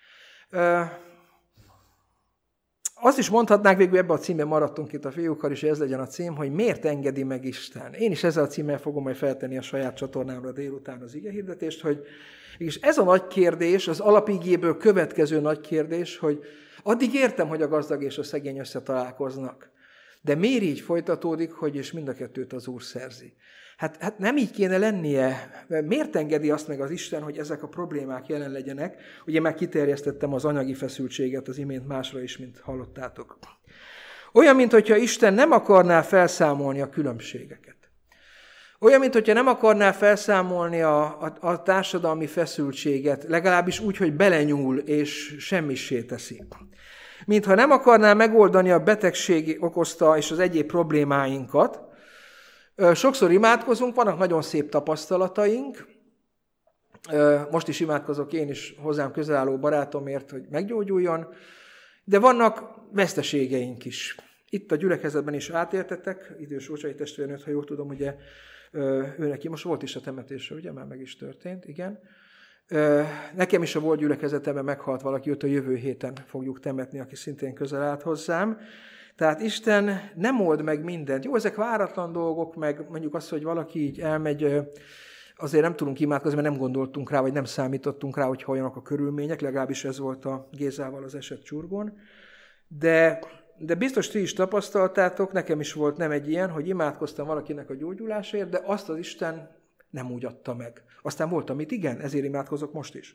Azt is mondhatnánk, végül ebben a címben maradtunk itt a fiúkkal, és ez legyen a cím, hogy miért engedi meg Isten. Én is ezzel a címmel fogom majd feltenni a saját csatornámra délután az igehirdetést, hogy és ez a nagy kérdés, az alapigéből következő nagy kérdés, hogy addig értem, hogy a gazdag és a szegény összetalálkoznak, de miért így folytatódik, hogy és mind a kettőt az Úr szerzi? Hát nem így kéne lennie. Miért engedi azt meg az Isten, hogy ezek a problémák jelen legyenek? Ugye már kiterjesztettem az anyagi feszültséget az imént másra is, mint hallottátok. Olyan, mintha Isten nem akarná felszámolni a különbségeket. Olyan, mintha nem akarná felszámolni a társadalmi feszültséget, legalábbis úgy, hogy belenyúl és semmissé teszi. Mintha nem akarná megoldani a betegség okozta és az egyéb problémáinkat. Sokszor imádkozunk, vannak nagyon szép tapasztalataink. Most is imádkozok én is hozzám közel álló barátomért, hogy meggyógyuljon, de vannak veszteségeink is. Itt a gyülekezetben is átértetek, idős Ócsai testvérnőt, ha jól tudom, ugye ő neki most volt is a temetése, ugye, már meg is történt, igen. Nekem is a volt gyülekezetemben meghalt valaki, őt a jövő héten fogjuk temetni, aki szintén közel állt hozzám. Tehát Isten nem old meg mindent. Jó, ezek váratlan dolgok, meg mondjuk azt, hogy valaki így elmegy, azért nem tudunk imádkozni, mert nem gondoltunk rá, vagy nem számítottunk rá, hogy olyanok a körülmények, legalábbis ez volt a Gézával az eset csurgón. De biztos ti is tapasztaltátok, nekem is volt nem egy ilyen, hogy imádkoztam valakinek a gyógyulásért, de azt az Isten nem úgy adta meg. Aztán volt, amit igen, ezért imádkozok most is.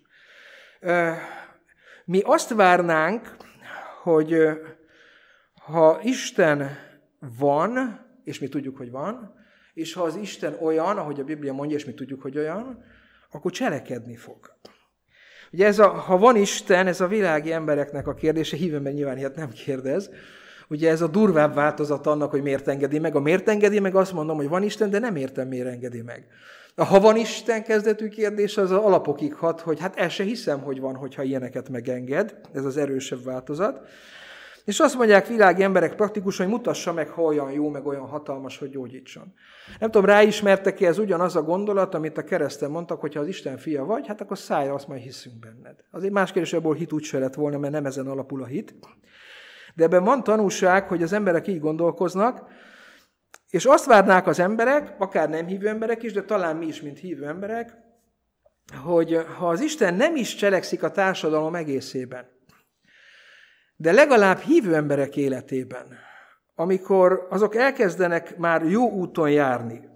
Mi azt várnánk, hogy ha Isten van, és mi tudjuk, hogy van, és ha az Isten olyan, ahogy a Biblia mondja, és mi tudjuk, hogy olyan, akkor cselekedni fog. Ugye ha van Isten, ez a világi embereknek a kérdése, hívőben nyilván ilyet nem kérdez, ugye ez a durvább változat annak, hogy miért engedi meg. A miért engedi meg, azt mondom, hogy van Isten, de nem értem, miért engedi meg. A ha van Isten kezdetű kérdés, az alapokig hat, hogy hát el se hiszem, hogy van, hogyha ilyeneket megenged. Ez az erősebb változat. És azt mondják világi emberek praktikusan, hogy mutassa meg, ha olyan jó, meg olyan hatalmas, hogy gyógyítson. Nem tudom, ráismertek-e, ez ugyanaz a gondolat, amit a kereszten mondtak, hogy ha az Isten fia vagy, hát akkor szállj, azt majd hiszünk benned. Azért más kérdés, ebből hit úgy se lett volna, mert nem ezen alapul a hit. De ebben van tanúság, hogy az emberek így gondolkoznak, és azt várnák az emberek, akár nem hívő emberek is, de talán mi is, mint hívő emberek, hogy ha az Isten nem is cselekszik a társadalom egészében, de legalább hívő emberek életében, amikor azok elkezdenek már jó úton járni,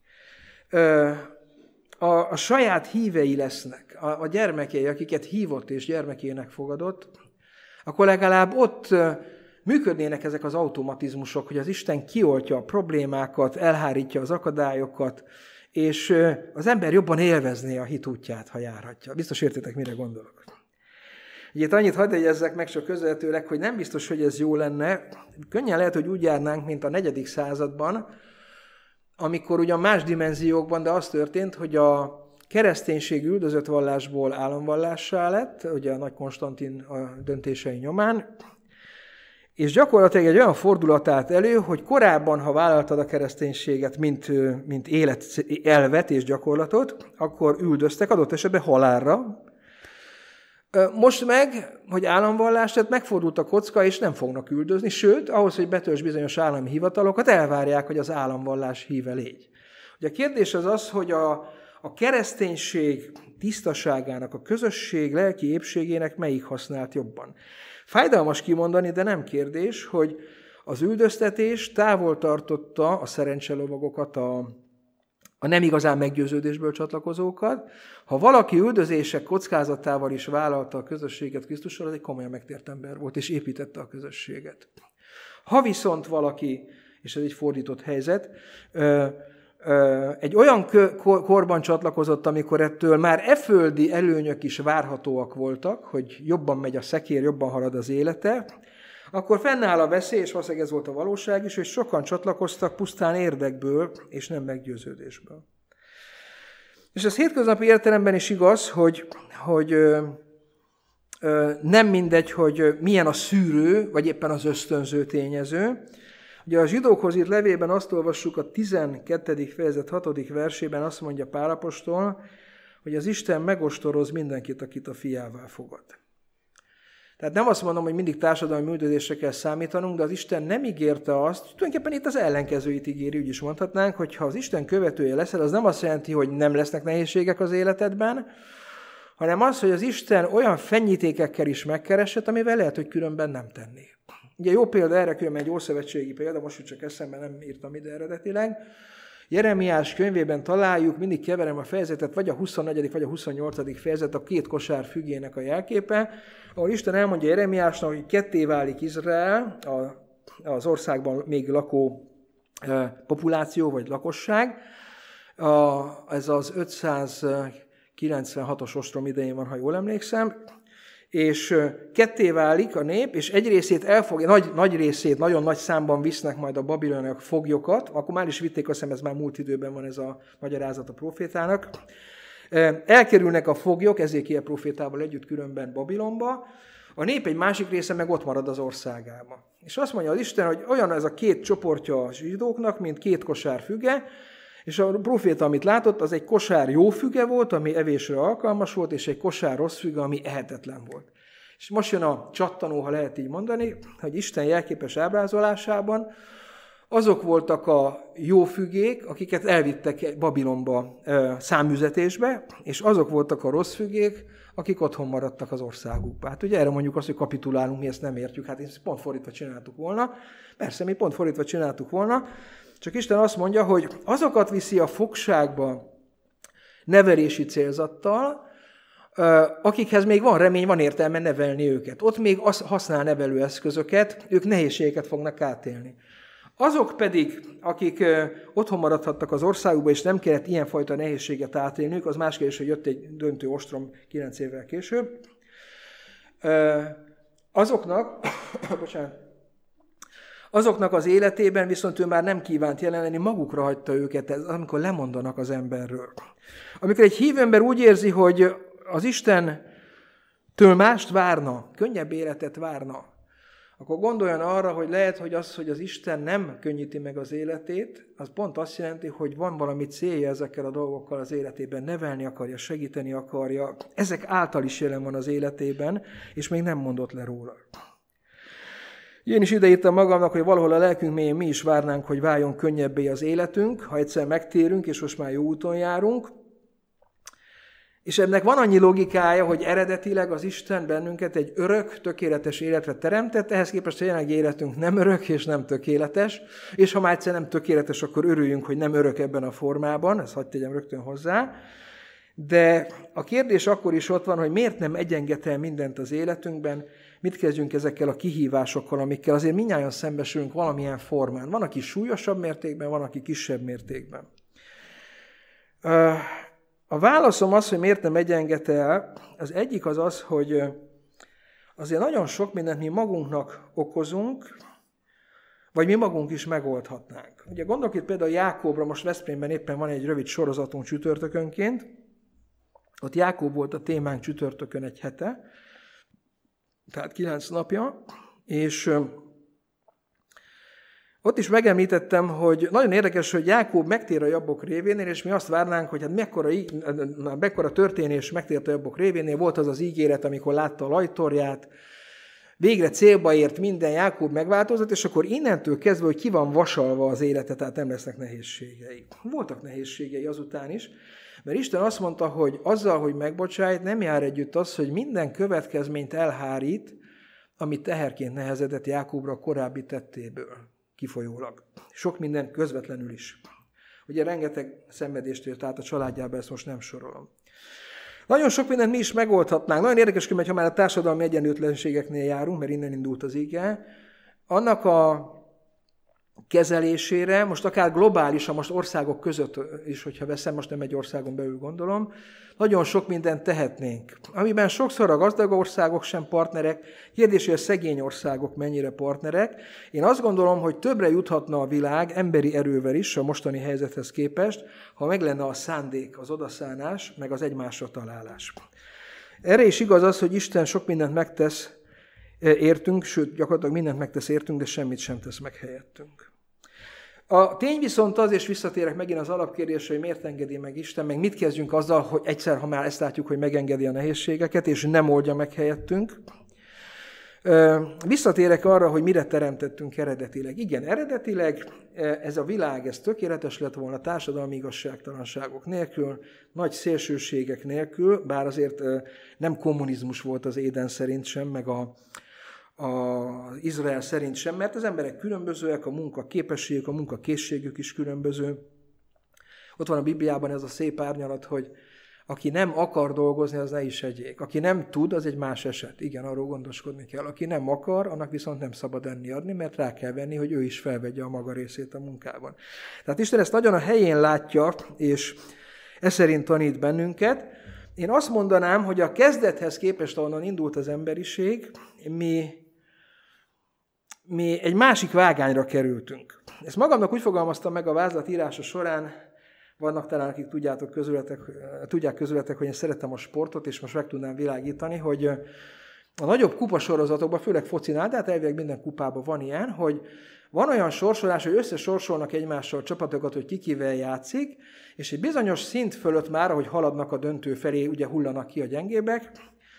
a saját hívei lesznek, a gyermekei, akiket hívott és gyermekének fogadott, akkor legalább ott működnének ezek az automatizmusok, hogy az Isten kioltja a problémákat, elhárítja az akadályokat, és az ember jobban élvezné a hit útját, ha járhatja. Biztos értitek, mire gondolok. Ugye itt annyit hadd jegyezzek meg csak közvetőleg, hogy nem biztos, hogy ez jó lenne. Könnyen lehet, hogy úgy járnánk, mint a 4. században, amikor ugyan más dimenziókban, de az történt, hogy a kereszténység üldözött vallásból államvallássá lett, ugye a Nagy Konstantin a döntései nyomán, és gyakorlatilag egy olyan fordulat állt elő, hogy korábban, ha vállaltad a kereszténységet, mint életelvet és gyakorlatot, akkor üldöztek, adott esetben halálra. Most meg, hogy államvallás, tehát megfordult a kocka, és nem fognak üldözni, sőt, ahhoz, hogy betölts bizonyos állami hivatalokat, elvárják, hogy az államvallás híve légy. Ugye a kérdés az az, hogy a a kereszténység tisztaságának, a közösség lelki épségének melyik használt jobban. Fájdalmas kimondani, de nem kérdés, hogy az üldöztetés távol tartotta a szerencselovagokat, a nem igazán meggyőződésből csatlakozókat. Ha valaki üldözések kockázatával is vállalta a közösséget Krisztussal, az egy komolyan megtért ember volt, és építette a közösséget. Ha viszont valaki, és ez egy fordított helyzet, egy olyan korban csatlakozott, amikor ettől már földi előnyök is várhatóak voltak, hogy jobban megy a szekér, jobban halad az élete, akkor fennáll a veszély, és valószínűleg ez volt a valóság is, hogy sokan csatlakoztak pusztán érdekből, és nem meggyőződésből. És ez hétköznapi értelemben is igaz, hogy nem mindegy, hogy milyen a szűrő, vagy éppen az ösztönző tényező. Ugye a zsidókhoz írt levélben azt olvassuk a 12. fejezet 6. versében, azt mondja Pál apostol, hogy az Isten megostoroz mindenkit, akit a fiává fogad. Tehát nem azt mondom, hogy mindig társadalmi üldözésre kell számítanunk, de az Isten nem ígérte azt, tulajdonképpen itt az ellenkezőit ígéri, úgy is mondhatnánk, hogy ha az Isten követője leszel, az nem azt jelenti, hogy nem lesznek nehézségek az életedben, hanem az, hogy az Isten olyan fenyítékekkel is megkeresett, amivel lehet, hogy különben nem tenné. Ugye jó példa erre, különben egy ószövetségi példa, most csak eszembe nem írtam ide eredetileg. Jeremiás könyvében találjuk, mindig keverem a fejezetet, vagy a 24. vagy a 28. fejezet, a két kosár fügének a jelképe, ahol Isten elmondja Jeremiásnak, hogy ketté válik Izrael, az országban még lakó populáció vagy lakosság. Ez az 596-os ostrom idején van, ha jól emlékszem, és ketté válik a nép, és egy részét elfogja, nagy részét, nagyon nagy számban visznek majd a babiloniak foglyokat, akkor már is vitték, azt hiszem, ez már múlt időben van ez a magyarázat a profétának. Elkerülnek a foglyok, Ezékiel profétával együtt különben Babilonba, a nép egy másik része meg ott marad az országában. És azt mondja az Isten, hogy olyan ez a két csoportja a zsidóknak, mint két kosár füge, és a proféta, amit látott, az egy kosár jó füge volt, ami evésre alkalmas volt, és egy kosár rossz füge, ami ehetetlen volt. És most jön a csattanó, ha lehet így mondani, hogy Isten jelképes ábrázolásában azok voltak a jó fügék, akiket elvittek Babilonba száműzetésbe, és azok voltak a rossz fügék, akik otthon maradtak az országukba. Hát ugye erre mondjuk azt, hogy kapitulálunk, mi ezt nem értjük, hát ezt pont fordítva csináltuk volna. Persze, mi pont fordítva csináltuk volna, csak Isten azt mondja, hogy azokat viszi a fogságba nevelési célzattal, akikhez még van remény, van értelme nevelni őket. Ott még használ nevelőeszközöket, ők nehézségeket fognak átélni. Azok pedig, akik otthon maradhattak az országukba, és nem kellett ilyenfajta nehézséget átélniük, az más kérdés, hogy jött egy döntő ostrom 9 évvel később, azoknak az életében viszont ő már nem kívánt jelen lenni, magukra hagyta őket, amikor lemondanak az emberről. Amikor egy hívő ember úgy érzi, hogy az Istentől mást várna, könnyebb életet várna, akkor gondoljon arra, hogy lehet, hogy az, hogy az Isten nem könnyíti meg az életét, az pont azt jelenti, hogy van valami célja ezekkel a dolgokkal az életében, nevelni akarja, segíteni akarja, ezek által is jelen van az életében, és még nem mondott le róla. Én is ideírtam magamnak, hogy valahol a lelkünk mélyén mi is várnánk, hogy váljon könnyebbé az életünk, ha egyszer megtérünk, és most már jó úton járunk. És ennek van annyi logikája, hogy eredetileg az Isten bennünket egy örök, tökéletes életre teremtett, ehhez képest a jelenlegi életünk nem örök és nem tökéletes, és ha már egyszer nem tökéletes, akkor örüljünk, hogy nem örök ebben a formában, ezt hadd tegyem rögtön hozzá. De a kérdés akkor is ott van, hogy miért nem egyenget el mindent az életünkben, mit kezdjünk ezekkel a kihívásokkal, amikkel azért mindnyájan szembesülünk valamilyen formán. Van, aki súlyosabb mértékben, van, aki kisebb mértékben. A válaszom az, hogy miért nem egyenget el, az egyik az, hogy azért nagyon sok mindent mi magunknak okozunk, vagy mi magunk is megoldhatnánk. Ugye gondolok itt például Jákóbra, most Veszprémben éppen van egy rövid sorozatunk csütörtökönként, ott Jákób volt a témánk csütörtökön egy hete, tehát 9 napja, és ott is megemlítettem, hogy nagyon érdekes, hogy Jákób megtér a Jabbok révénél, és mi azt várnánk, hogy hát mekkora történés megtért a Jabbok révénél, volt az az ígéret, amikor látta a lajtorját, végre célba ért minden, Jákób megváltozott, és akkor innentől kezdve, hogy ki van vasalva az élete, tehát nem lesznek nehézségei. Voltak nehézségei azután is, Mert Isten azt mondta, hogy azzal, hogy megbocsájt, nem jár együtt az, hogy minden következményt elhárít, ami teherként nehezedett Jákóbra a korábbi tettéből kifolyólag. Sok minden közvetlenül is. Ugye rengeteg szenvedést ért át a családjába, ezt most nem sorolom. Nagyon sok mindent mi is megoldhatnánk. Nagyon érdekes, hogy ha már a társadalmi egyenlőtlenségeknél járunk, mert innen indult az ige, annak a kezelésére, most akár globálisan, most országok között is, hogyha veszem, most nem egy országon belül gondolom, nagyon sok mindent tehetnénk. Amiben sokszor a gazdag országok sem partnerek, kérdés, hogy a szegény országok mennyire partnerek. Én azt gondolom, hogy többre juthatna a világ emberi erővel is a mostani helyzethez képest, ha meg lenne a szándék, az odaszánás, meg az egymásra találás. Erre is igaz az, hogy Isten sok mindent megtesz értünk, sőt, gyakorlatilag mindent megtesz értünk, de semmit sem tesz meg helyettünk. A tény viszont az, és visszatérek megint az alapkérdésre, hogy miért engedi meg Isten, meg mit kezdjünk azzal, hogy egyszer, ha már ezt látjuk, hogy megengedi a nehézségeket, és nem oldja meg helyettünk. Visszatérek arra, hogy mire teremtettünk eredetileg. Igen, eredetileg ez a világ, ez tökéletes lett volna társadalmi igazságtalanságok nélkül, nagy szélsőségek nélkül, bár azért nem kommunizmus volt az Éden szerint sem, meg az Izrael szerint sem, mert az emberek különbözőek, a munkaképességük, a munkakészségük is különböző. Ott van a Bibliában ez a szép árnyalat, hogy aki nem akar dolgozni, az ne is egyék. Aki nem tud, az egy más eset. Igen, arról gondoskodni kell. Aki nem akar, annak viszont nem szabad enni adni, mert rá kell venni, hogy ő is felvegye a maga részét a munkában. Tehát Isten ezt nagyon a helyén látja, és ez szerint tanít bennünket. Én azt mondanám, hogy a kezdethez képest, ahonnan indult az emberiség, mi egy másik vágányra kerültünk. Ezt magamnak úgy fogalmaztam meg a vázlat írása során, vannak talán, akik tudják közületek, hogy én szeretem a sportot, és most meg tudnám világítani, hogy a nagyobb kupasorozatokban, főleg focinál, de hát elvileg minden kupában van ilyen, hogy van olyan sorsolás, hogy összesorsolnak egymással csapatokat, hogy ki kivel játszik, és egy bizonyos szint fölött már, ahogy haladnak a döntő felé, ugye hullanak ki a gyengébbek,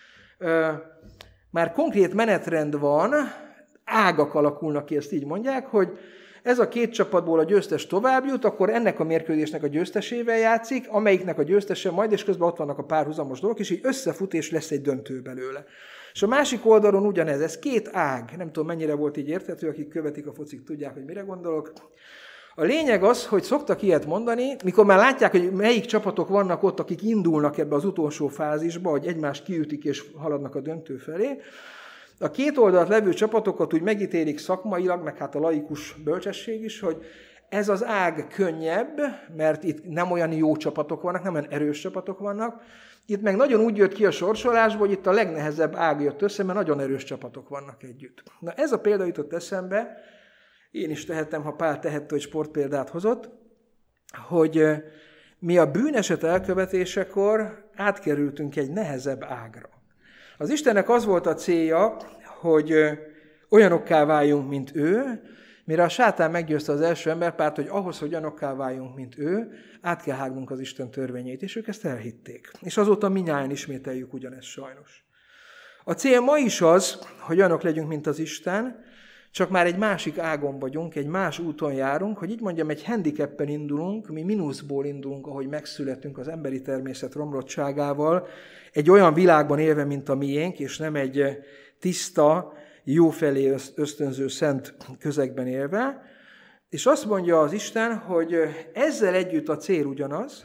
már konkrét menetrend van, ágak alakulnak ki, ezt így mondják, hogy ez a két csapatból a győztes tovább jut, akkor ennek a mérkőzésnek a győztesével játszik, amelyiknek a győztese majd, és közben ott vannak a párhuzamos dolgok, és így összefut, és lesz egy döntő belőle. És a másik oldalon ugyanez, ez két ág, nem tudom mennyire volt így érthető, akik követik a focit, tudják, hogy mire gondolok. A lényeg az, hogy szoktak ilyet mondani, mikor már látják, hogy melyik csapatok vannak ott, akik indulnak ebbe az utolsó fázisba, hogy egymást kiütik és haladnak a döntő felé. A két oldalt levő csapatokat úgy megítélik szakmailag, meg hát a laikus bölcsesség is, hogy ez az ág könnyebb, mert itt nem olyan jó csapatok vannak, nem olyan erős csapatok vannak. Itt meg nagyon úgy jött ki a sorsolásból, hogy itt a legnehezebb ág jött össze, mert nagyon erős csapatok vannak együtt. Na ez a példa jutott eszembe, én is tehettem, ha Pál tehette, hogy sportpéldát hozott, hogy mi a bűneset elkövetésekor átkerültünk egy nehezebb ágra. Az Istennek az volt a célja, hogy olyanokká váljunk, mint ő, mire a sátán meggyőzte az első emberpárt, hogy ahhoz, hogy olyanokká váljunk, mint ő, át kell hágnunk az Isten törvényeit, és ők ezt elhitték. És azóta mindnyájan ismételjük ugyanezt sajnos. A cél ma is az, hogy olyanok legyünk, mint az Isten, csak már egy másik ágon vagyunk, egy más úton járunk, hogy így mondjam, egy handicappen indulunk, mi mínuszból indulunk, ahogy megszületünk az emberi természet romlottságával, egy olyan világban élve, mint a miénk, és nem egy tiszta, jófelé ösztönző szent közegben élve. És azt mondja az Isten, hogy ezzel együtt a cél ugyanaz,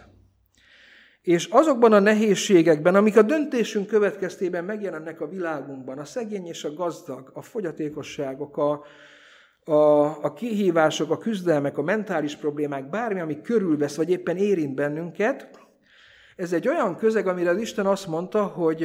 és azokban a nehézségekben, amik a döntésünk következtében megjelennek a világunkban, a szegény és a gazdag, a fogyatékosságok, a kihívások, a küzdelmek, a mentális problémák, bármi, ami körülvesz, vagy éppen érint bennünket, ez egy olyan közeg, amire az Isten azt mondta, hogy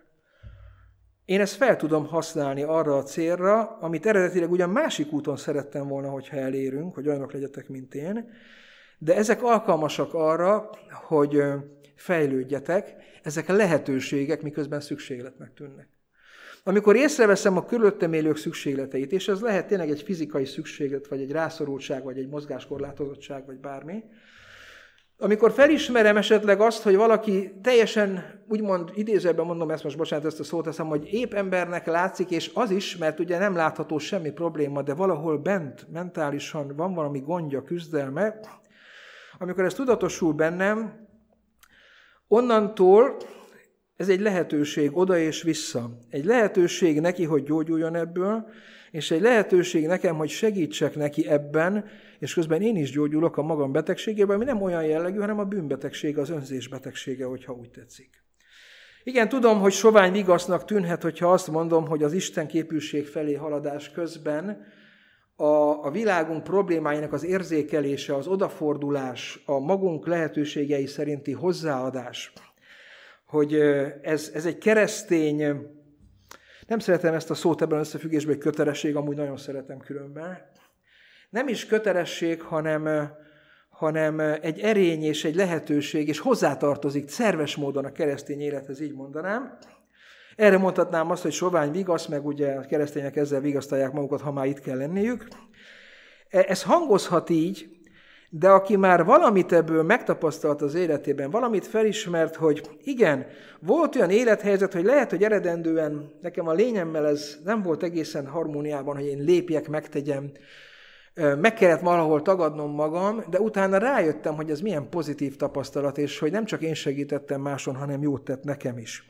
én ezt fel tudom használni arra a célra, amit eredetileg ugyan másik úton szerettem volna, hogyha elérünk, hogy olyanok legyetek, mint én, de ezek alkalmasak arra, hogy fejlődjetek, ezek a lehetőségek, miközben szükségletnek tűnnek. Amikor észreveszem a körülöttem élők szükségleteit, és ez lehet tényleg egy fizikai szükséglet, vagy egy rászorultság, vagy egy mozgáskorlátozottság, vagy bármi, amikor felismerem esetleg azt, hogy valaki teljesen, úgymond idézőben mondom ezt most, bocsánat, ezt a szót teszem, hogy épp embernek látszik, és az is, mert ugye nem látható semmi probléma, de valahol bent, mentálisan van valami gondja, küzdelme, amikor ez tudatosul bennem, Onnantól ez egy lehetőség oda és vissza. Egy lehetőség neki, hogy gyógyuljon ebből, és egy lehetőség nekem, hogy segítsek neki ebben, és közben én is gyógyulok a magam betegségében, ami nem olyan jellegű, hanem a bűnbetegség, az önzés betegsége, hogyha úgy tetszik. Igen, tudom, hogy sovány vigasznak tűnhet, hogyha azt mondom, hogy az Isten képűség felé haladás közben a világunk problémáinak az érzékelése, az odafordulás, a magunk lehetőségei szerinti hozzáadás, hogy ez egy keresztény, nem szeretem ezt a szót ebben az összefüggésben, hogy kötelesség, amúgy nagyon szeretem különben. Nem is kötelesség, hanem egy erény és egy lehetőség, és hozzátartozik szerves módon a keresztény élethez, így mondanám. Erre mondhatnám azt, hogy sovány vigasz, meg ugye a keresztények ezzel vigasztalják magukat, ha már itt kell lenniük. Ez hangozhat így, de aki már valamit ebből megtapasztalt az életében, valamit felismert, hogy igen, volt olyan élethelyzet, hogy lehet, hogy eredendően nekem a lényemmel ez nem volt egészen harmóniában, hogy én lépjek, megtegyem, meg kellett valahol tagadnom magam, de utána rájöttem, hogy ez milyen pozitív tapasztalat, és hogy nem csak én segítettem máson, hanem jót tett nekem is.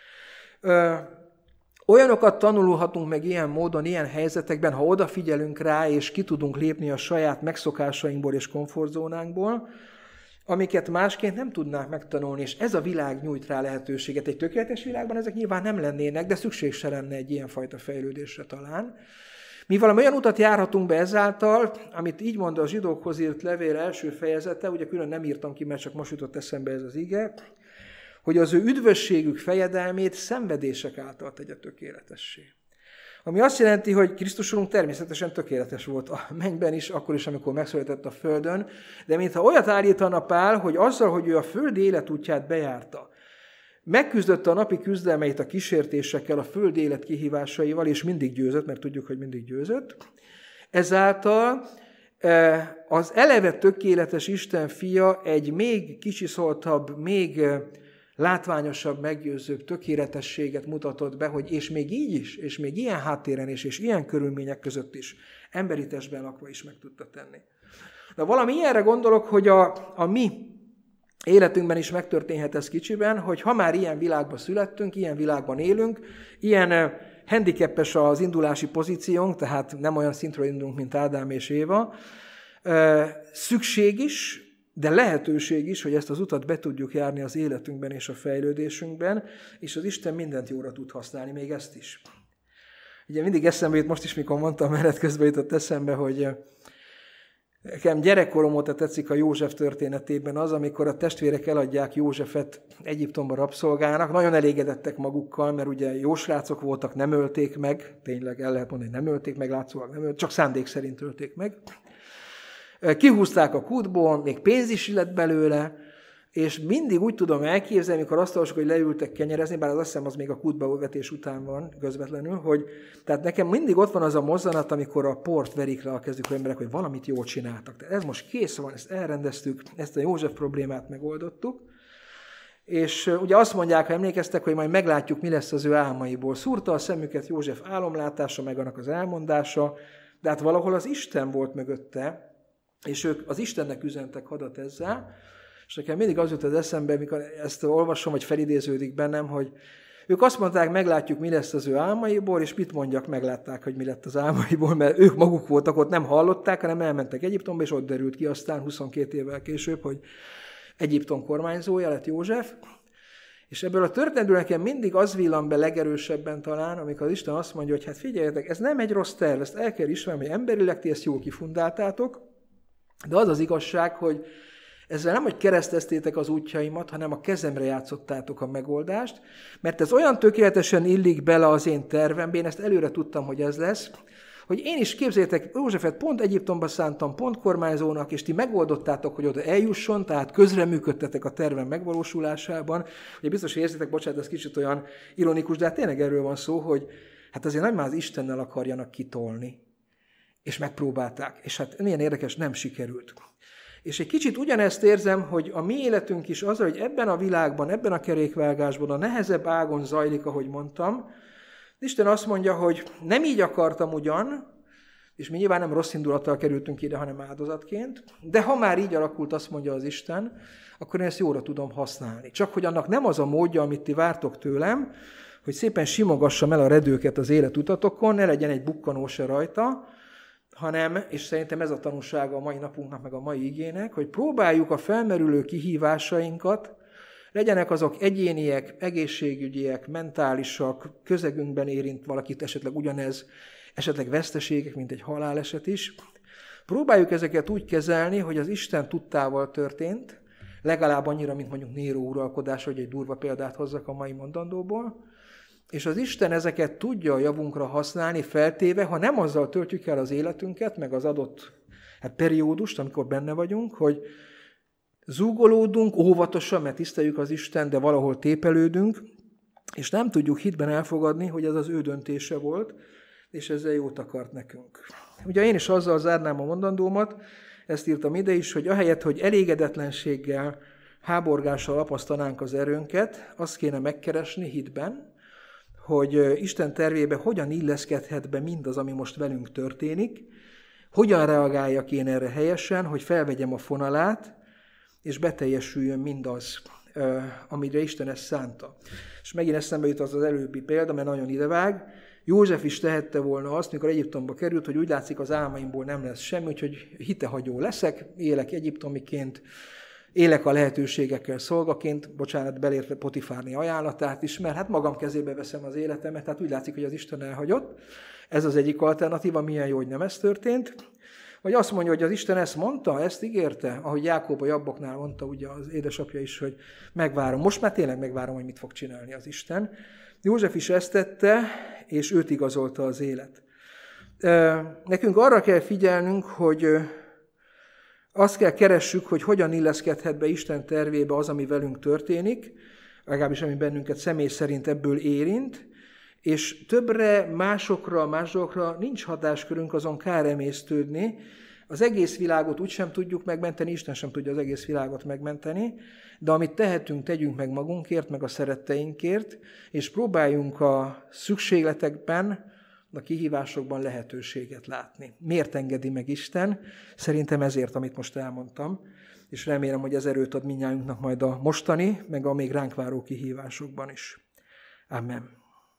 Olyanokat tanulhatunk meg ilyen módon, ilyen helyzetekben, ha odafigyelünk rá, és ki tudunk lépni a saját megszokásainkból és komfortzónánkból, amiket másként nem tudnánk megtanulni, és ez a világ nyújt rá lehetőséget. Egy tökéletes világban ezek nyilván nem lennének, de szükség se lenne egy ilyenfajta fejlődésre talán. Mi valami olyan utat járhatunk be ezáltal, amit így mond a zsidókhoz írt levél első fejezete, ugye külön nem írtam ki, mert csak most jutott eszembe ez az ige, hogy az ő üdvösségük fejedelmét szenvedések által tegye tökéletessé. Ami azt jelenti, hogy Krisztus Urunk természetesen tökéletes volt a mennyben is, akkor is, amikor megszületett a földön, de mintha olyat állítana Pál, hogy azzal, hogy ő a földi életútját bejárta, megküzdötte a napi küzdelmeit a kísértésekkel, a földi élet kihívásaival, és mindig győzött, mert tudjuk, hogy mindig győzött. Ezáltal az eleve tökéletes Isten fia egy még kicsiszoltabb, még látványosabb, meggyőzőbb tökéletességet mutatott be, hogy és még így is, és még ilyen háttéren is, és ilyen körülmények között is emberi testben lakva is meg tudta tenni. Na valami ilyenre gondolok, hogy a mi életünkben is megtörténhet ez kicsiben, hogy ha már ilyen világban születtünk, ilyen világban élünk, ilyen handicapes az indulási pozíciónk, tehát nem olyan szintről indulunk, mint Ádám és Éva, szükség is, de lehetőség is, hogy ezt az utat be tudjuk járni az életünkben és a fejlődésünkben, és az Isten mindent jóra tud használni, még ezt is. Ugye mindig eszembe jut, most is, mikor mondtam, menet közben jutott eszembe, hogy nekem gyerekkorom óta tetszik a József történetében az, amikor a testvérek eladják Józsefet Egyiptomba rabszolgának, nagyon elégedettek magukkal, mert ugye jó srácok voltak, nem ölték meg, tényleg el lehet mondani, hogy nem ölték meg, látszólag nem ölték, csak szándék szerint ölték meg. Kihúzták a kútból, még pénz is lett belőle, és mindig úgy tudom elképzelni, amikor azt olvasok, hogy leültek kenyerezni, bár azt hiszem, az még a kútba vetés után van közvetlenül, hogy tehát nekem mindig ott van az a mozzanat, amikor a port verik le a kezükre emberek, hogy valamit jól csináltak. Tehát ez most kész van, ezt elrendeztük, ezt a József problémát megoldottuk, és ugye azt mondják, ha emlékeztek, hogy majd meglátjuk, mi lesz az ő álmaiból. Szúrta a szemüket József álomlátása, meg annak az elmondása, de hát valahol az Isten volt mögötte, és ők az Istennek üzentek hadat ezzel, és nekem mindig az jut az eszembe, amikor ezt olvasom, vagy felidéződik bennem, hogy ők azt mondták, meglátjuk, mi lesz az ő álmaiból, és mit mondjak, meglátták, hogy mi lett az álmaiból, mert ők maguk voltak ott, nem hallották, hanem elmentek Egyiptomba, és ott derült ki aztán 22 évvel később, hogy Egyiptom kormányzója lett József. És ebből a történetből nekem mindig az villan be legerősebben talán, amikor az Isten azt mondja, hogy hát figyeljetek, ez nem egy rossz terv, ezt el kell ismerni, hogy emberileg ti ezt jól kifundáltátok, de az az igazság, hogy ezzel nem, hogy kereszteztétek az útjaimat, hanem a kezemre játszottátok a megoldást, mert ez olyan tökéletesen illik bele az én tervembe, én ezt előre tudtam, hogy ez lesz, hogy én is képzeljétek, Józsefet pont Egyiptomba szántam, pont kormányzónak, és ti megoldottátok, hogy oda eljusson, tehát közreműködtetek a tervem megvalósulásában. Ugye biztos, hogy érzitek, bocsánat, ez kicsit olyan ironikus, de hát tényleg erről van szó, hogy hát azért nem már az Istennel akarjanak kitolni. És megpróbálták, és hát milyen érdekes, nem sikerült. És egy kicsit ugyanezt érzem, hogy a mi életünk is az, hogy ebben a világban, ebben a kerékvágásban a nehezebb ágon zajlik, ahogy mondtam. Isten azt mondja, hogy nem így akartam ugyan, és mi nyilván nem rossz indulattal kerültünk ide, hanem áldozatként, de ha már így alakult, azt mondja az Isten, akkor én ezt jóra tudom használni. Csak hogy annak nem az a módja, amit ti vártok tőlem, hogy szépen simogassam el a redőket az életutatokon, ne legyen egy bukkanó se rajta, hanem, és szerintem ez a tanúsága a mai napunknak, meg a mai igének, hogy próbáljuk a felmerülő kihívásainkat, legyenek azok egyéniek, egészségügyiek, mentálisak, közegünkben érint valakit, esetleg ugyanez, esetleg veszteségek, mint egy haláleset is. Próbáljuk ezeket úgy kezelni, hogy az Isten tudtával történt, legalább annyira, mint mondjuk Néró uralkodása, hogy egy durva példát hozzak a mai mondandóból, és az Isten ezeket tudja a javunkra használni, feltéve, ha nem azzal töltjük el az életünket, meg az adott periódust, amikor benne vagyunk, hogy zúgolódunk óvatosan, mert tiszteljük az Isten, de valahol tépelődünk, és nem tudjuk hitben elfogadni, hogy ez az ő döntése volt, és ezzel jót akart nekünk. Ugye én is azzal zárnám a mondandómat, ezt írtam ide is, hogy ahelyett, hogy elégedetlenséggel, háborgással lapasztanánk az erőnket, azt kéne megkeresni hitben, hogy Isten tervébe hogyan illeszkedhet be mindaz, ami most velünk történik, hogyan reagáljak én erre helyesen, hogy felvegyem a fonalát, és beteljesüljön mindaz, amire Isten ezt szánta. És megint eszembe jut az előbbi példa, mert nagyon idevág. József is tehette volna azt, mikor Egyiptomba került, hogy úgy látszik, az álmaimból nem lesz semmi, úgyhogy hitehagyó leszek, élek egyiptomiként, élek a lehetőségekkel szolgaként, bocsánat, belértve Potifárné ajánlatát is, mert hát magam kezébe veszem az életemet, tehát úgy látszik, hogy az Isten elhagyott. Ez az egyik alternatíva, milyen jó, hogy nem ez történt. Vagy azt mondja, hogy az Isten ezt mondta, ezt ígérte, ahogy Jákob a Jabboknál mondta, ugye az édesapja is, hogy megvárom. Most már tényleg megvárom, hogy mit fog csinálni az Isten. József is ezt tette, és őt igazolta az élet. Nekünk arra kell figyelnünk, hogy azt kell keressük, hogy hogyan illeszkedhet be Isten tervébe az, ami velünk történik, legalábbis ami bennünket személy szerint ebből érint, és többre, másokra nincs hatáskörünk, azon kár emésztődni. Az egész világot úgysem tudjuk megmenteni, Isten sem tudja az egész világot megmenteni, de amit tehetünk, tegyünk meg magunkért, meg a szeretteinkért, és próbáljunk a szükségletekben, a kihívásokban lehetőséget látni. Miért engedi meg Isten? Szerintem ezért, amit most elmondtam, és remélem, hogy ez erőt ad mindnyájunknak majd a mostani, meg a még ránk váró kihívásokban is. Amen.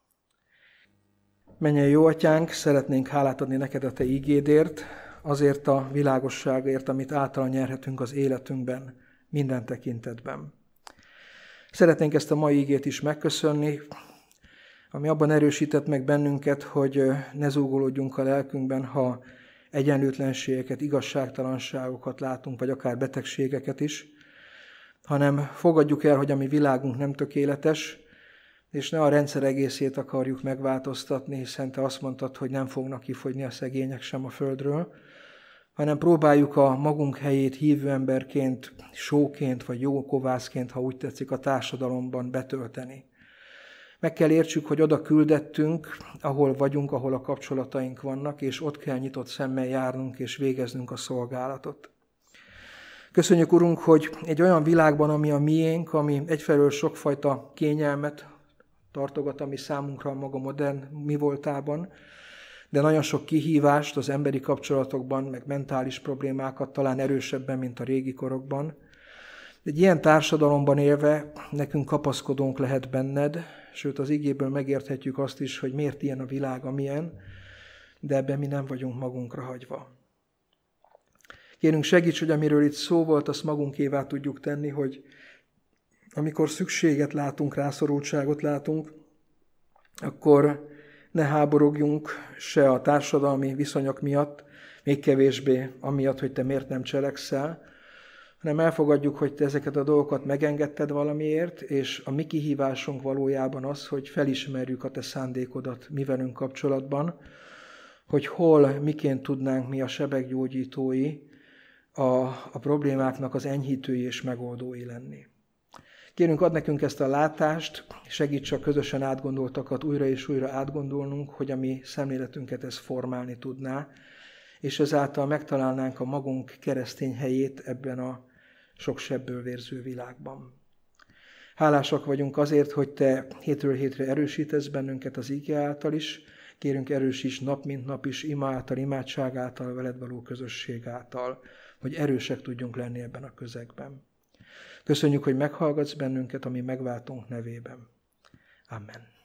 Mennyei jó Atyánk, szeretnénk hálát adni neked a te ígédért, azért a világosságért, amit által nyerhetünk az életünkben, minden tekintetben. Szeretnénk ezt a mai ígét is megköszönni, ami abban erősített meg bennünket, hogy ne zúgolódjunk a lelkünkben, ha egyenlőtlenségeket, igazságtalanságokat látunk, vagy akár betegségeket is, hanem fogadjuk el, hogy a mi világunk nem tökéletes, és ne a rendszer egészét akarjuk megváltoztatni, hiszen te azt mondtad, hogy nem fognak kifogyni a szegények sem a földről, hanem próbáljuk a magunk helyét hívő emberként, sóként vagy jó kovászként, ha úgy tetszik, a társadalomban betölteni. Meg kell értsük, hogy oda küldettünk, ahol vagyunk, ahol a kapcsolataink vannak, és ott kell nyitott szemmel járnunk és végeznünk a szolgálatot. Köszönjük, Urunk, hogy egy olyan világban, ami a miénk, ami egyfelől sokfajta kényelmet tartogat, ami számunkra a maga modern mi voltában, de nagyon sok kihívást az emberi kapcsolatokban, meg mentális problémákat talán erősebben, mint a régi korokban. Egy ilyen társadalomban élve nekünk kapaszkodónk lehet benned, sőt az igéből megérthetjük azt is, hogy miért ilyen a világ, amilyen, de ebben mi nem vagyunk magunkra hagyva. Kérünk, segíts, hogy amiről itt szó volt, azt magunkévá tudjuk tenni, hogy amikor szükséget látunk, rászorultságot látunk, akkor ne háborogjunk se a társadalmi viszonyok miatt, még kevésbé amiatt, hogy te miért nem cselekszel, hanem elfogadjuk, hogy te ezeket a dolgokat megengedted valamiért, és a mi kihívásunk valójában az, hogy felismerjük a te szándékodat mi velünk kapcsolatban, hogy hol, miként tudnánk mi a sebekgyógyítói, a problémáknak az enyhítői és megoldói lenni. Kérünk, add nekünk ezt a látást, segíts a közösen átgondoltakat újra és újra átgondolnunk, hogy a mi szemléletünket ez formálni tudná, és ezáltal megtalálnánk a magunk keresztény helyét ebben a sok sebből vérző világban. Hálásak vagyunk azért, hogy te hétről hétre erősítesz bennünket az íge által is. Kérünk, erősíts nap mint nap is ima által, imádság által, veled való közösség által, hogy erősek tudjunk lenni ebben a közegben. Köszönjük, hogy meghallgatsz bennünket, ami megváltunk nevében. Amen.